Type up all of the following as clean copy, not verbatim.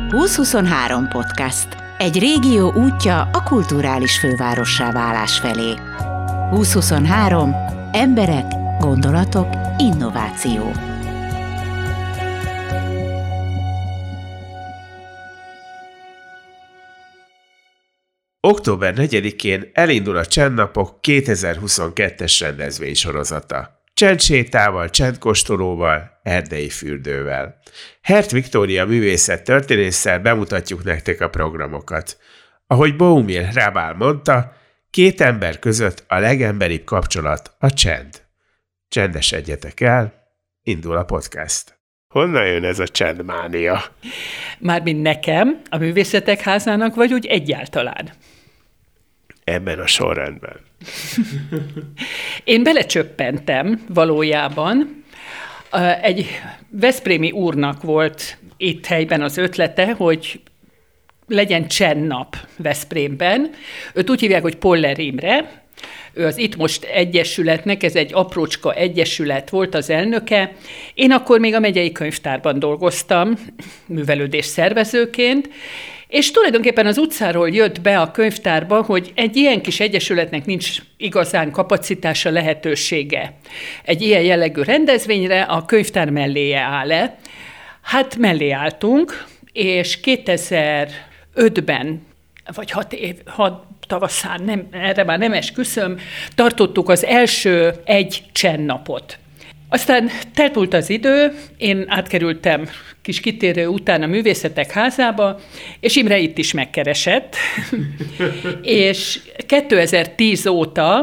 2023 podcast. Egy régió útja a kulturális fővárossá válás felé. 2023. Emberek, gondolatok, innováció. Október 4-én elindul a Csendnapok 2022-es rendezvénysorozata. Csendsétával, csendkóstolóval, erdei fürdővel. Hert Viktória művészettörténésszel bemutatjuk nektek a programokat. Ahogy Boumil Hrabal mondta, két ember között a legemberibb kapcsolat a csend. Csendesedjetek el, indul a podcast. Honnan jön ez a csendmánia? Mármint nekem, a Művészetek Házának, vagy úgy egyáltalán? Ebben a sorrendben. Én belecsöppentem valójában. Egy veszprémi úrnak volt itt helyben az ötlete, hogy legyen csendnap Veszprémben. Őt úgy hívják, hogy Poller Imre. Ő az Itt Most Egyesületnek, ez egy aprócska egyesület volt az elnöke. Én akkor még a megyei könyvtárban dolgoztam, művelődés szervezőként, és tulajdonképpen az utcáról jött be a könyvtárba, hogy egy ilyen kis egyesületnek nincs igazán kapacitása, lehetősége. Egy ilyen jellegű rendezvényre a könyvtár melléje áll-e. Hát mellé álltunk, és 2005-ben, vagy 6 tavaszán, erre már nem esküszöm, tartottuk az első egy csendnapot. Aztán teltmúlt az idő, én átkerültem kis kitérő után a Művészetek Házába, és Imre itt is megkeresett, és 2010 óta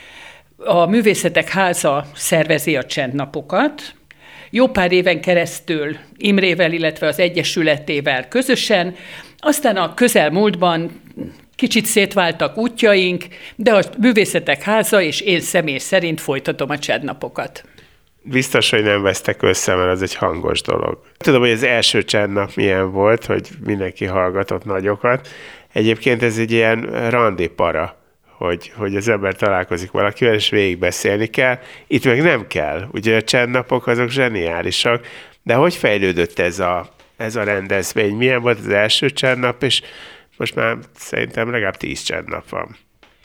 a Művészetek Háza szervezi a csendnapokat, jó pár éven keresztül Imrével, illetve az Egyesületével közösen, aztán a közelmúltban kicsit szétváltak útjaink, de a Művészetek Háza és én személy szerint folytatom a csendnapokat. Biztos, hogy nem vesztek össze, mert az egy hangos dolog. Tudom, hogy az első csendnap milyen volt, hogy mindenki hallgatott nagyokat. Egyébként ez egy ilyen randi para, hogy az ember találkozik valakivel, és végig beszélni kell. Itt meg nem kell. Ugye a csendnapok azok zseniálisak, de hogy fejlődött ez a rendezvény? Milyen volt az első csendnap, és most már szerintem legalább 10 csendnap van.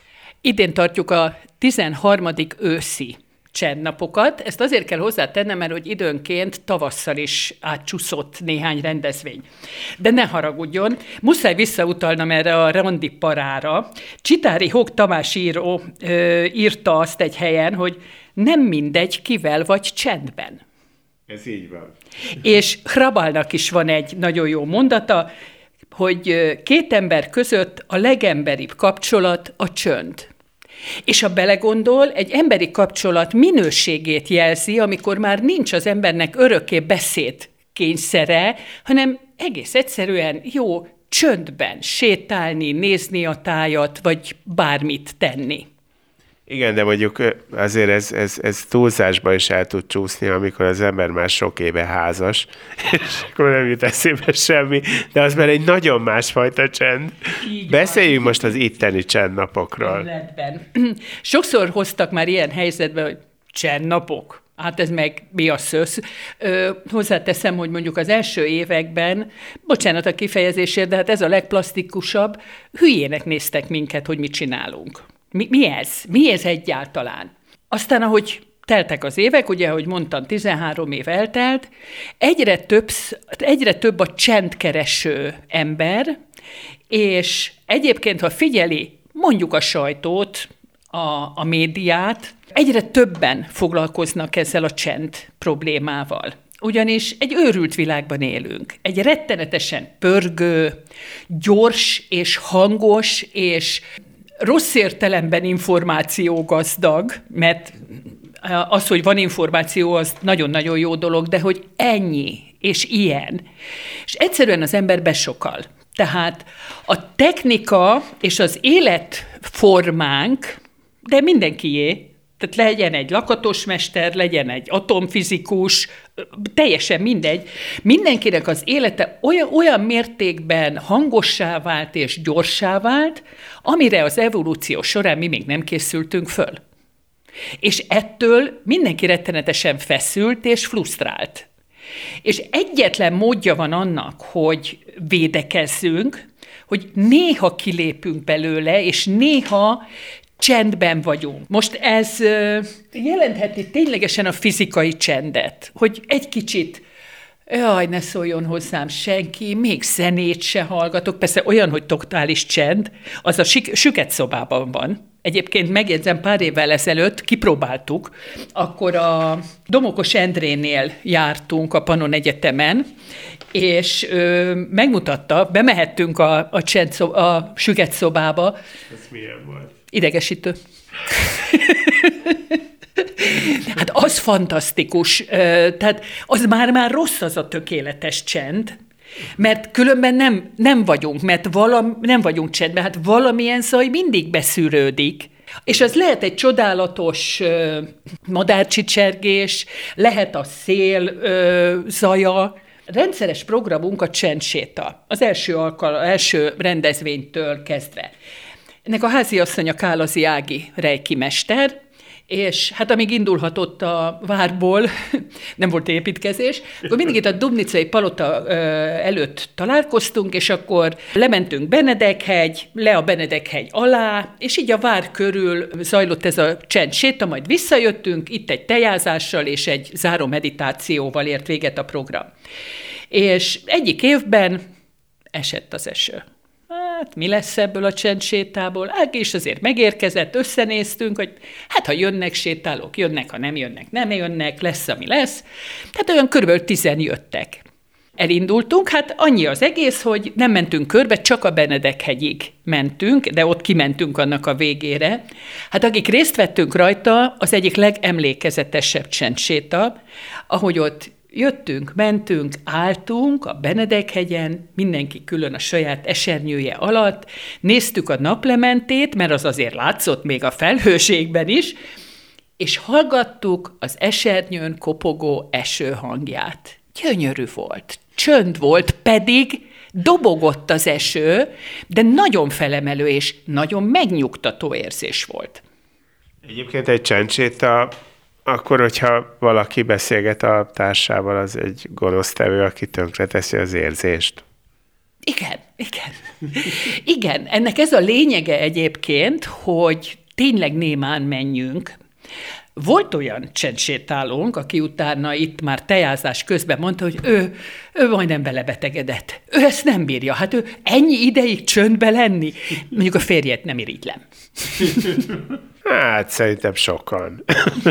Idén tartjuk a 13. őszi csendnapokat. Ezt azért kell hozzátennem, mert hogy időnként tavasszal is átcsúszott néhány rendezvény. De ne haragudjon, muszáj visszautalnom erre a randi parára. Csitári Hók Tamás író írta azt egy helyen, hogy nem mindegy, kivel vagy csendben. Ez így van. És Hrabalnak is van egy nagyon jó mondata, hogy két ember között a legemberibb kapcsolat a csönd. És ha belegondol, egy emberi kapcsolat minőségét jelzi, amikor már nincs az embernek örökké beszéd kényszere, hanem egész egyszerűen jó csöndben sétálni, nézni a tájat, vagy bármit tenni. Igen, de mondjuk azért ez túlzásba is el tud csúszni, amikor az ember már sok éve házas, és akkor nem jut eszébe semmi, de az már egy nagyon másfajta csend. Beszéljünk most az itteni csendnapokról. Életben. Sokszor hoztak már ilyen helyzetbe, hogy csendnapok. Hát ez meg mi a szösz. Hozzáteszem, hogy mondjuk az első években, bocsánat a kifejezésért, de hát ez a legplastikusabb, hülyének néztek minket, hogy mit csinálunk. Mi ez? Mi ez egyáltalán? Aztán, ahogy teltek az évek, ugye, ahogy mondtam, 13 év eltelt, egyre több a csendkereső ember, és egyébként, ha figyeli mondjuk a sajtót, a médiát, egyre többen foglalkoznak ezzel a csend problémával. Ugyanis egy őrült világban élünk. Egy rettenetesen pörgő, gyors és hangos és rossz értelemben információgazdag, mert az, hogy van információ, az nagyon-nagyon jó dolog, de hogy ennyi és ilyen. És egyszerűen az ember besokal. Tehát a technika és az életformánk, de mindenkié, tehát legyen egy lakatosmester, legyen egy atomfizikus, teljesen mindegy. Mindenkinek az élete olyan mértékben hangossá vált és gyorsá vált, amire az evolúció során mi még nem készültünk föl. És ettől mindenki rettenetesen feszült és frusztrált. És egyetlen módja van annak, hogy védekezzünk, hogy néha kilépünk belőle, és néha csendben vagyunk. Most ez jelentheti ténylegesen a fizikai csendet, hogy egy kicsit, jaj, ne szóljon hozzám senki, még zenét se hallgatok, persze olyan, hogy totális csend, az a süketszobában van. Egyébként megjegyzem, pár évvel ezelőtt kipróbáltuk, akkor a Domokos Endrénél jártunk a Pannon Egyetemen, és megmutatta, bemehettünk a süketszobába. Ez milyen volt? Idegesítő. Hát az fantasztikus. Tehát az már rossz az a tökéletes csend, mert különben nem vagyunk, mert nem vagyunk csendben, hát valamilyen zaj mindig beszűrődik. És az lehet egy csodálatos madárcsicsergés, lehet a szél zaja. Rendszeres programunk a csendséta, az első rendezvénytől kezdve. Ennek a háziasszonya Kálazi Ági Reiki mester, és hát amíg indulhatott a várból, nem volt építkezés, akkor mindig itt a Dubnicai palota előtt találkoztunk, és akkor lementünk Benedekhegy, le a Benedekhegy alá, és így a vár körül zajlott ez a csendséta, majd visszajöttünk, itt egy tejázással és egy záró meditációval ért véget a program. És egyik évben esett az eső. Hát mi lesz ebből a csendsétából? Ági is azért megérkezett, összenéztünk, hogy hát ha jönnek sétálók, jönnek, ha nem jönnek, nem jönnek, lesz, ami lesz. Tehát olyan körülbelül 10 jöttek. Elindultunk, hát annyi az egész, hogy nem mentünk körbe, csak a Benedek-hegyig mentünk, de ott kimentünk annak a végére. Hát akik részt vettünk rajta, az egyik legemlékezetesebb csendséta, ahogy ott jöttünk, mentünk, álltunk a Benedek-hegyen, mindenki külön a saját esernyője alatt, néztük a naplementét, mert az azért látszott még a felhőségben is, és hallgattuk az esernyőn kopogó eső hangját. Gyönyörű volt, csönd volt, pedig dobogott az eső, de nagyon felemelő és nagyon megnyugtató érzés volt. Egyébként egy csendséta, akkor, hogyha valaki beszélget a társával, az egy gonosztevő, aki tönkreteszi az érzést. Igen, ennek ez a lényege egyébként, hogy tényleg némán menjünk. Volt olyan csendsétálónk, aki utána itt már tejázás közben mondta, hogy ő majdnem belebetegedett. Ő ezt nem bírja. Hát ő ennyi ideig csöndbe lenni. Mondjuk a férjet nem irigylem. Hát szerintem sokan.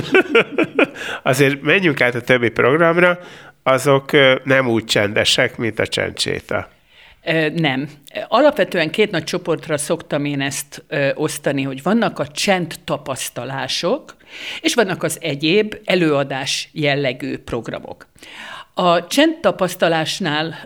Azért menjünk át a többi programra, azok nem úgy csendesek, mint a csendséta. Nem. Alapvetően 2 nagy csoportra szoktam én ezt osztani, hogy vannak a csend tapasztalások, és vannak az egyéb előadás jellegű programok. A csend tapasztalásnál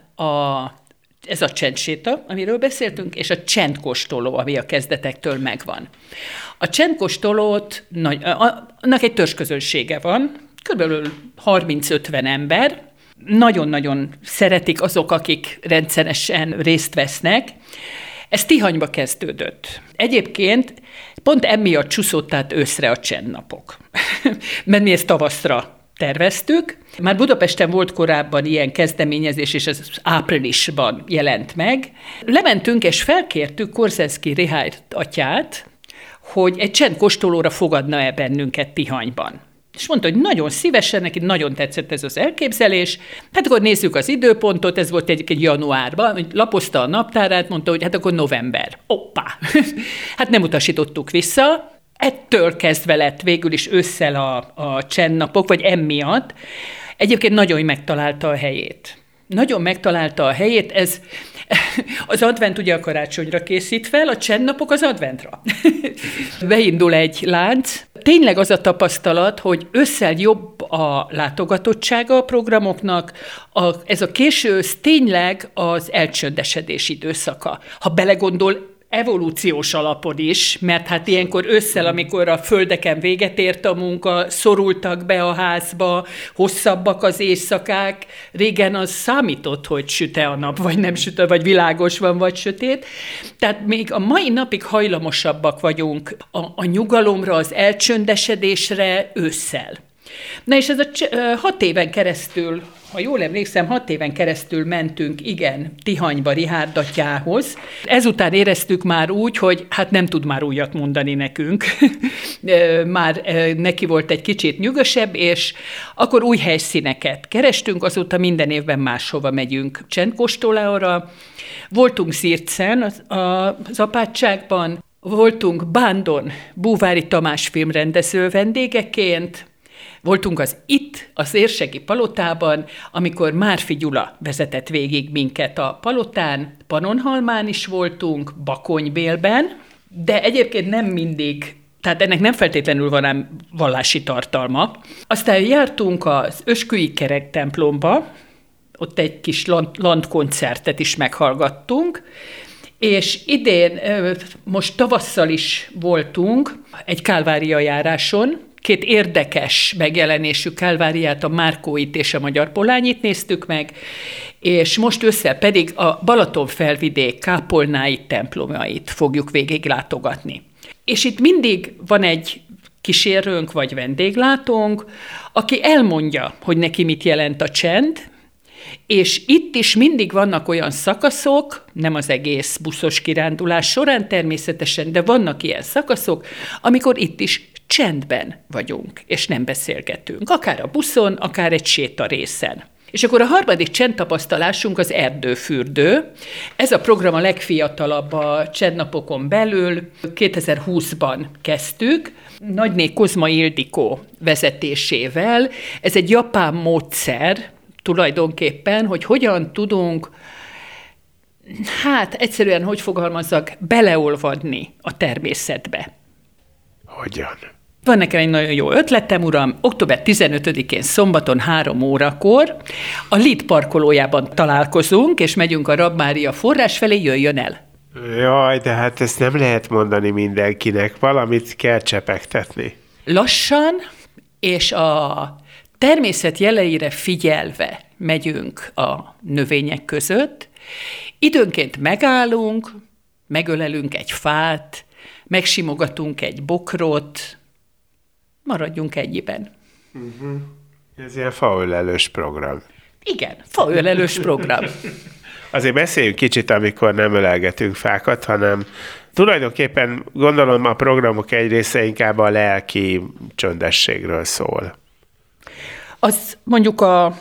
ez a csendséta, amiről beszéltünk, és a csendkóstoló, ami a kezdetektől megvan. A csendkóstolót, annak egy törzsközönsége van, kb. 30-50 ember, nagyon-nagyon szeretik azok, akik rendszeresen részt vesznek. Ez Tihanyba kezdődött. Egyébként pont emiatt csúszott át őszre a csendnapok. Mert mi ezt tavaszra terveztük. Már Budapesten volt korábban ilyen kezdeményezés, és ez áprilisban jelent meg. Lementünk, és felkértük Korzenszky Richárd atyát, hogy egy csendkóstolóra fogadna-e bennünket Tihanyban. És mondta, hogy nagyon szívesen, neki nagyon tetszett ez az elképzelés. Hát akkor nézzük az időpontot, ez volt egyébként januárban, lapozta a naptárát, mondta, hogy hát akkor november. Hoppá! Hát nem utasítottuk vissza. Ettől kezdve lett végül is ősszel a csendnapok, vagy emiatt. Egyébként nagyon megtalálta a helyét. Nagyon megtalálta a helyét, ez az advent ugye a karácsonyra készít fel, a csendnapok az adventra. Beindul egy lánc. Tényleg az a tapasztalat, hogy ősszel jobb a látogatottsága a programoknak, ez a késő ősz tényleg az elcsöndesedés időszaka. Ha belegondol, evolúciós alapon is, mert hát ilyenkor ősszel, amikor a földeken véget ért a munka, szorultak be a házba, hosszabbak az éjszakák, régen az számított, hogy süt-e a nap, vagy nem süt, vagy világos van, vagy sötét. Tehát még a mai napig hajlamosabbak vagyunk a nyugalomra, az elcsöndesedésre ősszel. Na és ez a 6 éven keresztül ha jól emlékszem, 6 éven keresztül mentünk, igen, Tihanyba Richárd atyához. Ezután éreztük már úgy, hogy hát nem tud már újat mondani nekünk. Már neki volt egy kicsit nyugosabb, és akkor új helyszíneket kerestünk, azóta minden évben máshova megyünk csendkóstolára. Voltunk Zircen az apátságban, voltunk Bándon Búvári Tamás filmrendező vendégeként, voltunk az Érseki Palotában, amikor Márfi Gyula vezetett végig minket a palotán, Pannonhalmán is voltunk, Bakonybélben, de egyébként nem mindig, tehát ennek nem feltétlenül van ám vallási tartalma. Aztán jártunk az Ösküi Kerektemplomba, ott egy kis landkoncertet is meghallgattunk, és idén, most tavasszal is voltunk egy Kálvária járáson, 2 érdekes megjelenésű Kálváriát, a Márkóit és a Magyar Polányit néztük meg, és most ősszel pedig a Balatonfelvidék kápolnái templomait fogjuk végiglátogatni. És itt mindig van egy kísérőnk vagy vendéglátónk, aki elmondja, hogy neki mit jelent a csend, és itt is mindig vannak olyan szakaszok, nem az egész buszos kirándulás során természetesen, de vannak ilyen szakaszok, amikor itt is csendben vagyunk, és nem beszélgetünk. Akár a buszon, akár egy sétarészen. És akkor a harmadik csendtapasztalásunk az erdőfürdő. Ez a program a legfiatalabb a csendnapokon belül. 2020-ban kezdtük, nagyné Kozma Ildikó vezetésével. Ez egy japán módszer, tulajdonképpen, hogy hogyan tudunk, egyszerűen, hogy fogalmazzak, beleolvadni a természetbe. Hogyan? Van nekem egy nagyon jó ötletem, uram, október 15-én szombaton 3 órakor a Lid parkolójában találkozunk, és megyünk a Rab Mária forrás felé, jöjjön el. Jaj, de hát ezt nem lehet mondani mindenkinek, valamit kell csepegtetni. Lassan, és a természet jeleire figyelve megyünk a növények között, időnként megállunk, megölelünk egy fát, megsimogatunk egy bokrot, maradjunk ennyiben. Ez ilyen faölelős program. Igen, faölelős program. Azért beszéljünk kicsit, amikor nem ölelgetünk fákat, hanem tulajdonképpen gondolom a programok egy része inkább a lelki csöndességről szól. Az mondjuk a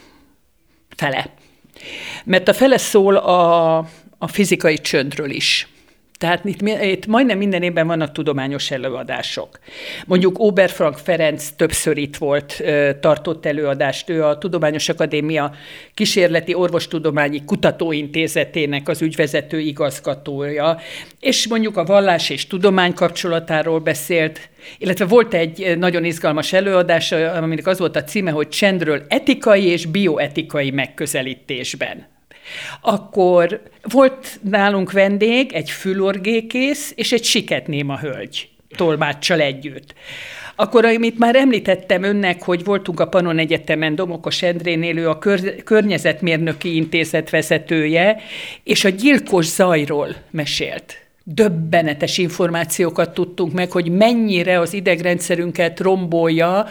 fele. Mert a fele szól a fizikai csöndről is. Tehát itt majdnem minden évben vannak tudományos előadások. Mondjuk Oberfrank Ferenc többször itt volt, tartott előadást, ő a Tudományos Akadémia Kísérleti Orvostudományi Kutatóintézetének az ügyvezető igazgatója, és mondjuk a vallás és tudomány kapcsolatáról beszélt, illetve volt egy nagyon izgalmas előadás, aminek az volt a címe, hogy csendről etikai és bioetikai megközelítésben. Akkor volt nálunk vendég, egy fülorgékész és egy siketnéma hölgy, tolmáccsal együtt. Akkor, amit már említettem önnek, hogy voltunk a Pannon Egyetemen, Domokos Endrénél, ő a Környezetmérnöki Intézet vezetője, és a gyilkos zajról mesélt. Döbbenetes információkat tudtunk meg, hogy mennyire az idegrendszerünket rombolja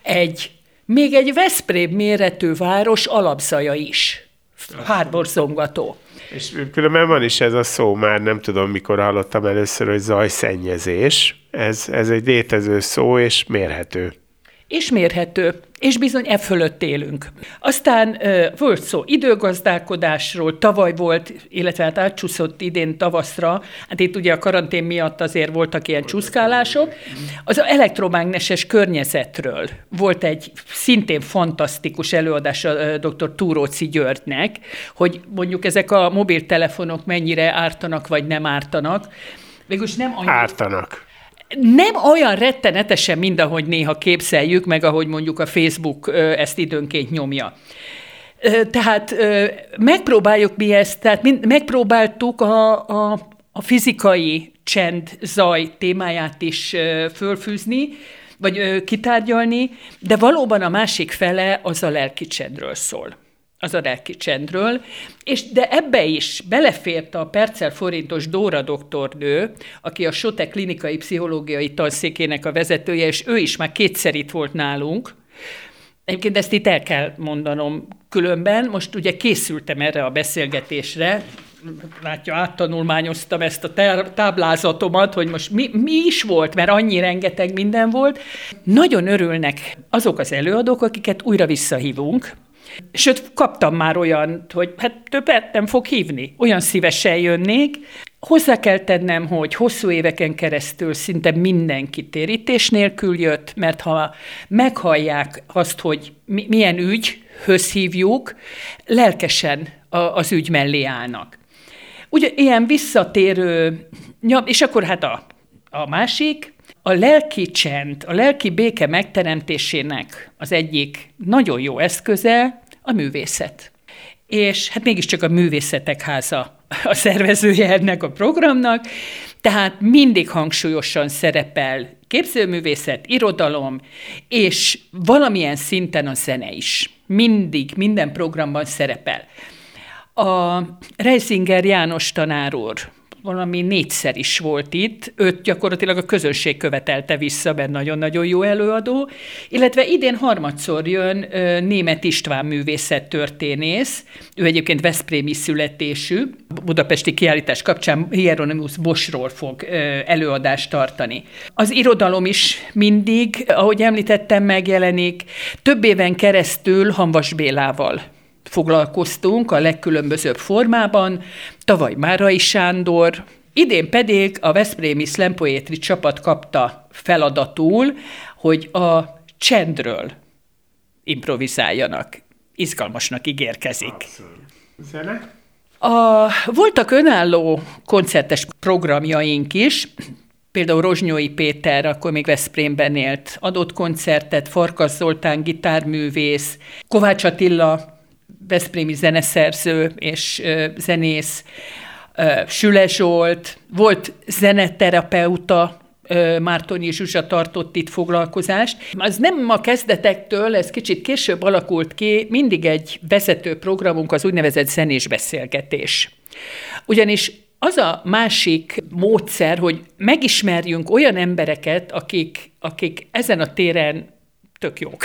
még egy Veszprém méretű város alapzaja is. Hátborzongató. És különben van is ez a szó, már nem tudom, mikor hallottam először, hogy zajszennyezés. Ez egy létező szó, és mérhető. És mérhető, és bizony fölött élünk. Aztán volt szó időgazdálkodásról, tavaly volt, illetve hát átcsúszott idén tavaszra, hát itt ugye a karantén miatt azért voltak ilyen csúszkálások. Az elektromágneses környezetről volt egy szintén fantasztikus előadás a dr. Túróci Györgynek, hogy mondjuk ezek a mobiltelefonok mennyire ártanak, vagy nem ártanak. Végülis nem annyira... Ártanak. Nem olyan rettenetesen, mint ahogy néha képzeljük, meg ahogy mondjuk a Facebook ezt időnként nyomja. Tehát megpróbáljuk mi ezt, tehát megpróbáltuk a fizikai csend, zaj témáját is fölfűzni, vagy kitárgyalni, de valóban a másik fele az a lelki csendről szól. Az a lelki csendről, de ebbe is belefért a Perccel forintos Dóra doktornő, aki a SOTE klinikai pszichológiai tanszékének a vezetője, és ő is már 2-szer itt volt nálunk. Egyébként ezt itt el kell mondanom, különben, most ugye készültem erre a beszélgetésre, látja, áttanulmányoztam ezt a táblázatomat, hogy most mi is volt, mert annyi rengeteg minden volt. Nagyon örülnek azok az előadók, akiket újra visszahívunk, sőt, kaptam már olyant, hogy hát többet nem fog hívni, olyan szívesen jönnék. Hozzá kell tennem, hogy hosszú éveken keresztül szinte mindenki térítés nélkül jött, mert ha meghallják azt, hogy milyen ügyhöz hívjuk, lelkesen az ügy mellé állnak. Ugye ilyen visszatérő, és akkor hát a másik, a lelki csend, a lelki béke megteremtésének az egyik nagyon jó eszköze a művészet. És hát mégiscsak a Művészetek Háza a szervezője ennek a programnak, tehát mindig hangsúlyosan szerepel képzőművészet, irodalom, és valamilyen szinten a zene is. Mindig, minden programban szerepel. A Reisinger János tanár úr valami 4-szer is volt itt, őt gyakorlatilag a közönség követelte vissza, mert nagyon-nagyon jó előadó, illetve idén 3-szor jön Németh István művészettörténész, ő egyébként veszprémi születésű, budapesti kiállítás kapcsán Hieronymus Boschról fog előadást tartani. Az irodalom is mindig, ahogy említettem, megjelenik, több éven keresztül Hamvas Bélával foglalkoztunk a legkülönbözőbb formában, tavaly Márai Sándor, idén pedig a veszprémi slam poetry csapat kapta feladatul, hogy a csendről improvizáljanak. Izgalmasnak ígérkezik. Zene? Voltak önálló koncertes programjaink is, például Rozsnyói Péter, akkor még Veszprémben élt, adott koncertet, Farkas Zoltán gitárművész, Kovács Attila veszprémi zeneszerző és zenész, Süle Zsolt, volt zeneterapeuta, Mártonyi Zsuzsa tartott itt foglalkozást. Az nem a kezdetektől, ez kicsit később alakult ki, mindig egy vezető programunk az úgynevezett zenés beszélgetés. Ugyanis az a másik módszer, hogy megismerjünk olyan embereket, akik ezen a téren tök jók.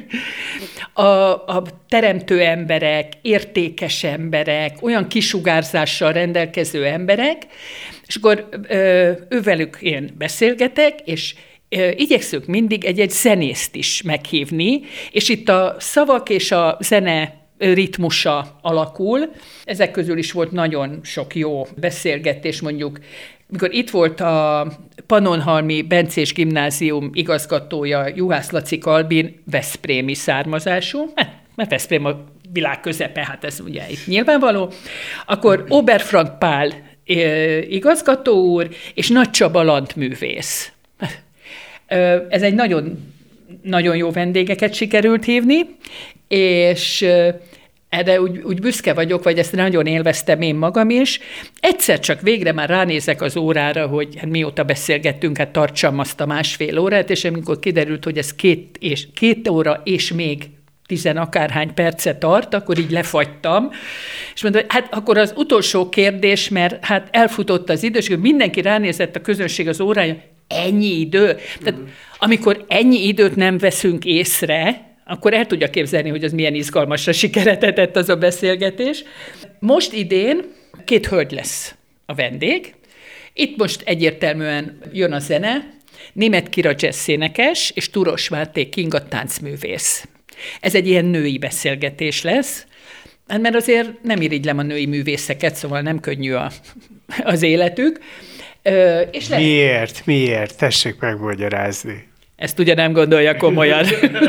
A teremtő emberek, értékes emberek, olyan kisugárzással rendelkező emberek, és akkor ővelük én beszélgetek, és igyekszünk mindig egy zenészt is meghívni, és itt a szavak és a zene ritmusa alakul. Ezek közül is volt nagyon sok jó beszélgetés, mondjuk mikor itt volt a Pannonhalmi Bencés Gimnázium igazgatója, Juhász Laci Albin, veszprémi származású, mert Veszprém a világ közepe, hát ez ugye itt nyilvánvaló, akkor Oberfrank Pál igazgató úr, és Nagy Csaba landművész. Ez egy nagyon, nagyon jó vendégeket sikerült hívni, és erre úgy büszke vagyok, vagy ezt nagyon élveztem én magam is. Egyszer csak végre már ránézek az órára, hogy hát mióta beszélgettünk, hát tartsam azt a 1,5 órát, és amikor kiderült, hogy ez 2 óra és még 10 akárhány percet tart, akkor így lefagytam, és mondom, hogy hát akkor az utolsó kérdés, mert hát elfutott az idő, és mindenki ránézett a közönség az órája, ennyi idő? Tehát amikor ennyi időt nem veszünk észre, akkor el tudja képzelni, hogy az milyen izgalmasra sikeredett az a beszélgetés. Most idén 2 hölgy lesz a vendég. Itt most egyértelműen jön a zene, Németh Kira jazzénekes és Turos Máté Kinga táncművész. Ez egy ilyen női beszélgetés lesz, mert azért nem irigylem a női művészeket, szóval nem könnyű az életük. És Miért? Tessék megmagyarázni. Ezt ugye nem gondolja komolyan.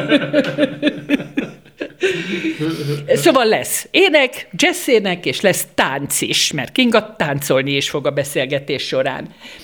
Szóval lesz ének, jazzének, és lesz tánc is, mert Kinga táncolni is fog a beszélgetés során.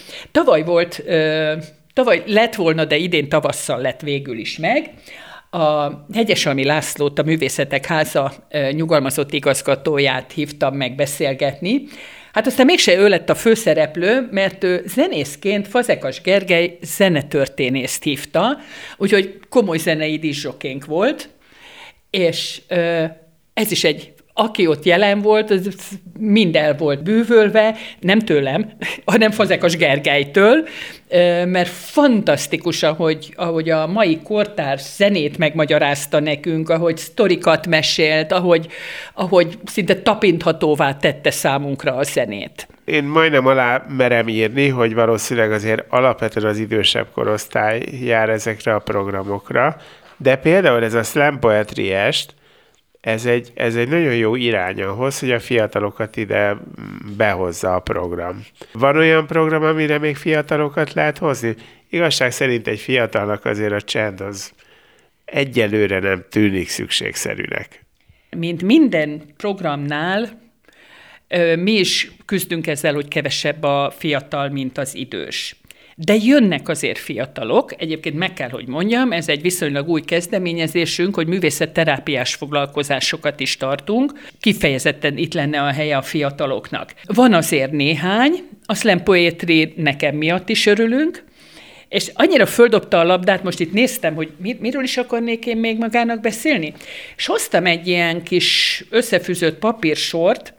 Tavaly lett volna, de idén tavasszal lett végül is meg. A Hegyesalmi Lászlót, a Művészetek Háza nyugalmazott igazgatóját hívtam meg beszélgetni. Hát aztán mégse ő lett a főszereplő, mert ő zenészként Fazekas Gergely zenetörténészt hívta, úgyhogy komoly zenei discjockeynk volt, és ez is egy aki ott jelen volt, az mind el volt bűvölve, nem tőlem, hanem Fazekas Gergelytől, mert fantasztikus, ahogy a mai kortárs zenét megmagyarázta nekünk, ahogy sztorikat mesélt, ahogy szinte tapinthatóvá tette számunkra a zenét. Én majdnem alá merem írni, hogy valószínűleg azért alapvetően az idősebb korosztály jár ezekre a programokra, de például ez a Slam Poetry Est, ez egy nagyon jó irány ahhoz, hogy a fiatalokat ide behozza a program. Van olyan program, amire még fiatalokat lehet hozni? Igazság szerint egy fiatalnak azért a csend az egyelőre nem tűnik szükségszerűnek. Mint minden programnál, mi is küzdünk ezzel, hogy kevesebb a fiatal, mint az idős. De jönnek azért fiatalok, egyébként meg kell, hogy mondjam, ez egy viszonylag új kezdeményezésünk, hogy művészetterápiás foglalkozásokat is tartunk, kifejezetten itt lenne a helye a fiataloknak. Van azért néhány, a Slam Poetry nekem miatt is örülünk, és annyira földobta a labdát, most itt néztem, hogy miről is akarnék én még magának beszélni, és hoztam egy ilyen kis összefűzött papírsort.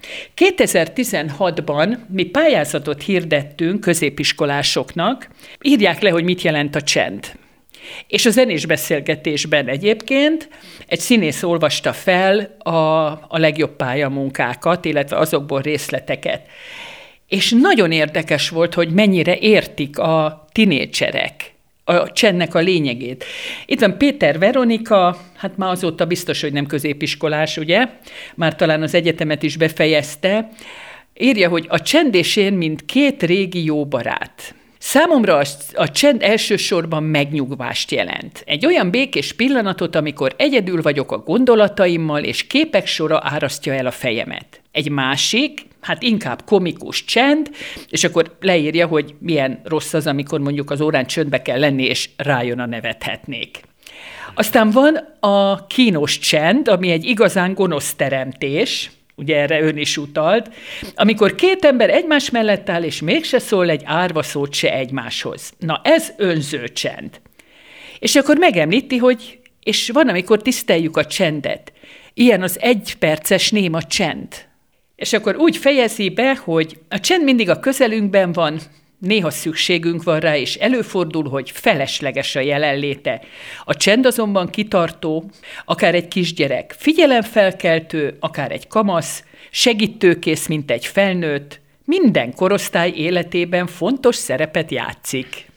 2016-ban mi pályázatot hirdettünk középiskolásoknak, írják le, hogy mit jelent a csend. És a zenés beszélgetésben egyébként egy színész olvasta fel a legjobb pályamunkákat, illetve azokból részleteket. És nagyon érdekes volt, hogy mennyire értik a tinédzserek a csendnek a lényegét. Itt van Péter Veronika, hát már azóta biztos, hogy nem középiskolás, ugye? Már talán az egyetemet is befejezte. Írja, hogy a csend és én, mint két régi jó barát. Számomra a csend elsősorban megnyugvást jelent. Egy olyan békés pillanatot, amikor egyedül vagyok a gondolataimmal, és képek sora árasztja el a fejemet. Egy másik, hát inkább komikus csend, és akkor leírja, hogy milyen rossz az, amikor mondjuk az órán csöndbe kell lenni, és rájön a nevethetnék. Aztán van a kínos csend, ami egy igazán gonosz teremtés, ugye erre ön is utalt, amikor két ember egymás mellett áll, és mégse szól egy árva szót se egymáshoz. Na ez önző csend. És akkor megemlíti, hogy és van, amikor tiszteljük a csendet. Ilyen az 1 perces néma csend. És akkor úgy fejezi be, hogy a csend mindig a közelünkben van, néha szükségünk van rá, és előfordul, hogy felesleges a jelenléte. A csend azonban kitartó, akár egy kisgyerek, figyelemfelkeltő, akár egy kamasz, segítőkész, mint egy felnőtt, minden korosztály életében fontos szerepet játszik.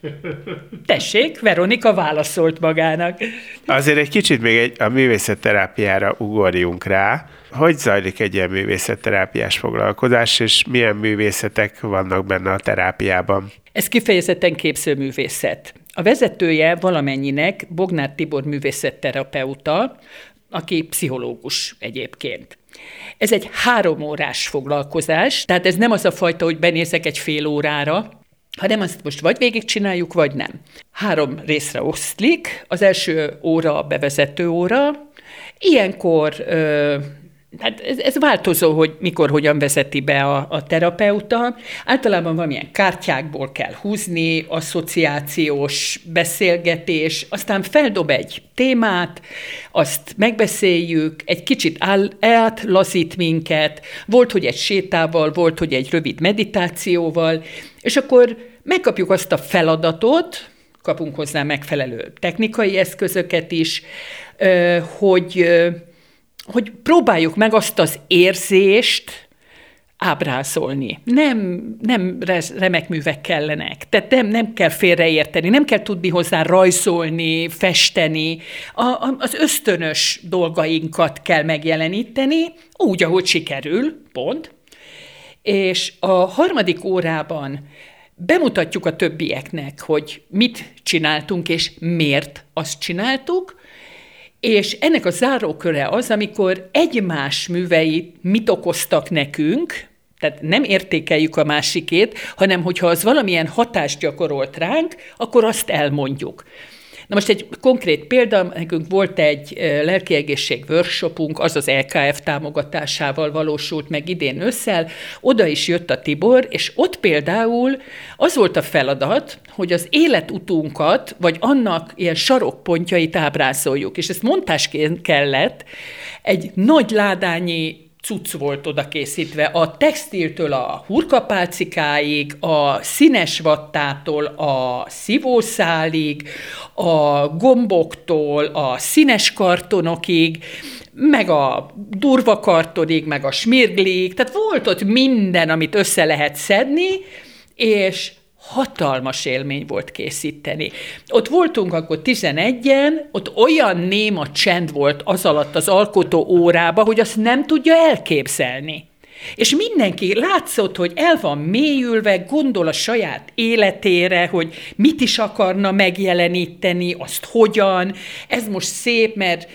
Tessék, Veronika válaszolt magának. Azért egy kicsit még a művészetterápiára ugorjunk rá. Hogy zajlik egy ilyen művészetterápiás foglalkozás, és milyen művészetek vannak benne a terápiában? Ez kifejezetten képzőművészet. A vezetője valamennyinek Bognár Tibor művészetterapeuta, aki pszichológus egyébként. Ez egy 3 órás foglalkozás, tehát ez nem az a fajta, hogy benézek egy fél órára, hanem azt most vagy végigcsináljuk, vagy nem. 3 részre oszlik, az első óra a bevezető óra, ilyenkor hát ez változó, hogy mikor, hogyan vezeti be a terapeuta. Általában valamilyen kártyákból kell húzni, asszociációs beszélgetés, aztán feldob egy témát, azt megbeszéljük, egy kicsit átlazít minket, volt, hogy egy sétával, volt, hogy egy rövid meditációval, és akkor megkapjuk azt a feladatot, kapunk hozzá megfelelő technikai eszközöket is, hogy próbáljuk meg azt az érzést ábrázolni. Nem remek művek kellenek, tehát nem kell félreérteni, nem kell tudni hozzá rajzolni, festeni, az ösztönös dolgainkat kell megjeleníteni, úgy, ahogy sikerül, pont. És a 3. órában bemutatjuk a többieknek, hogy mit csináltunk, és miért azt csináltuk, és ennek a záróköre az, amikor egymás műveit mit okoztak nekünk, tehát nem értékeljük a másikét, hanem hogyha az valamilyen hatást gyakorolt ránk, akkor azt elmondjuk. Na most egy konkrét példa, nekünk volt egy lelkiegészség workshopunk, az az LKF támogatásával valósult meg idén ősszel, oda is jött a Tibor, és ott például az volt a feladat, hogy az életutunkat, vagy annak ilyen sarokpontjait ábrázoljuk, és ezt montásként kellett egy nagy ládányi cucc volt oda készítve, a textiltől a hurkapálcikáig, a színes vattától a szívószálig, a gomboktól a színes kartonokig, meg a durva kartonig, meg a smirglig, tehát volt ott minden, amit össze lehet szedni, és hatalmas élmény volt készíteni. Ott voltunk akkor 11-en, ott olyan néma csend volt az alatt az alkotó órába, hogy azt nem tudja elképzelni. És mindenki látszott, hogy el van mélyülve, gondol a saját életére, hogy mit is akarna megjeleníteni, azt hogyan. Ez most szép, mert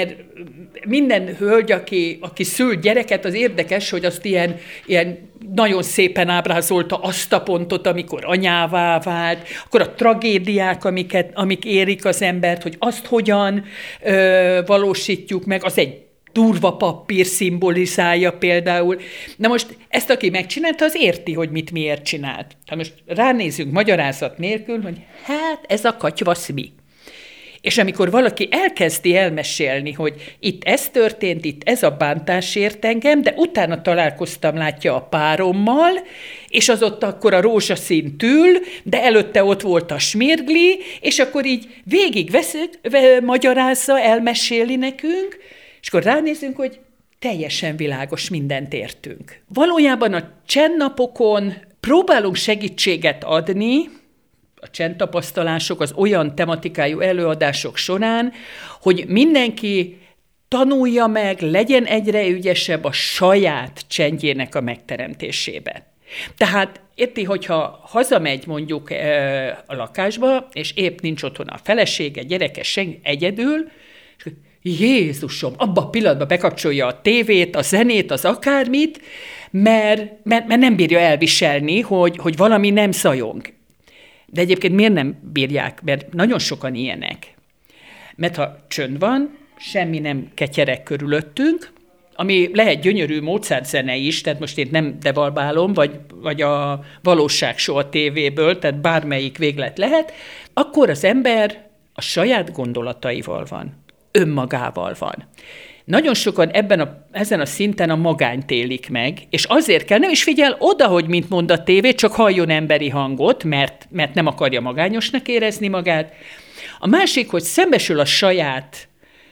minden hölgy, aki szül gyereket, az érdekes, hogy azt ilyen nagyon szépen ábrázolta azt a pontot, amikor anyává vált, akkor a tragédiák, amik érik az embert, hogy azt hogyan valósítjuk meg, az egy durva papír szimbolizálja például. Na most ezt, aki megcsinálta, az érti, hogy mit miért csinált. Ha most ránézünk magyarázat nélkül, hogy hát ez a katyvasz mi. És amikor valaki elkezdi elmesélni, hogy itt ez történt, itt ez a bántás ért engem, de utána találkoztam, látja, a párommal, és az ott akkor a rózsaszín tül, de előtte ott volt a smirgli, és akkor így végig magyarázza, elmeséli nekünk, és akkor ránézünk, hogy teljesen világos, mindent értünk. Valójában a csendnapokon próbálunk segítséget adni, a csendtapasztalások, az olyan tematikájú előadások során, hogy mindenki tanulja meg, legyen egyre ügyesebb a saját csendjének a megteremtésébe. Tehát érti, hogyha hazamegy mondjuk a lakásba, és épp nincs otthon a felesége, gyereke, egyedül, és Jézusom, abban a pillanatban bekapcsolja a tévét, a zenét, az akármit, mert nem bírja elviselni, hogy valami nem szajong. De egyébként miért nem bírják? Mert nagyon sokan ilyenek. Mert ha csönd van, semmi nem ketyerek körülöttünk, ami lehet gyönyörű Mozart zene is, tehát most én nem devalválom, vagy a valóság show a tévéből, tehát bármelyik véglet lehet, akkor az ember a saját gondolataival van, önmagával van. Nagyon sokan ezen a szinten a magányt élik meg, és azért kell, nem is figyel oda, hogy mint mond a tévé, csak halljon emberi hangot, mert nem akarja magányosnak érezni magát. A másik, hogy szembesül a saját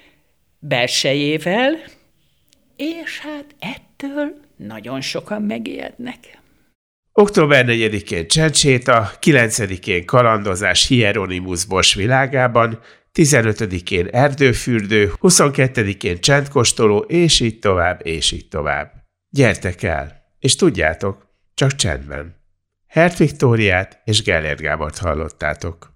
belsejével, és hát ettől nagyon sokan megijednek. Október 4-én csendséta, 9-én kalandozás Hieronymus Bosch világában, 15-én erdőfürdő, 22-én csendkóstoló, és így tovább, és így tovább. Gyertek el, és tudjátok, csak csendben. Hert Viktóriát és Gellért Gábort hallottátok.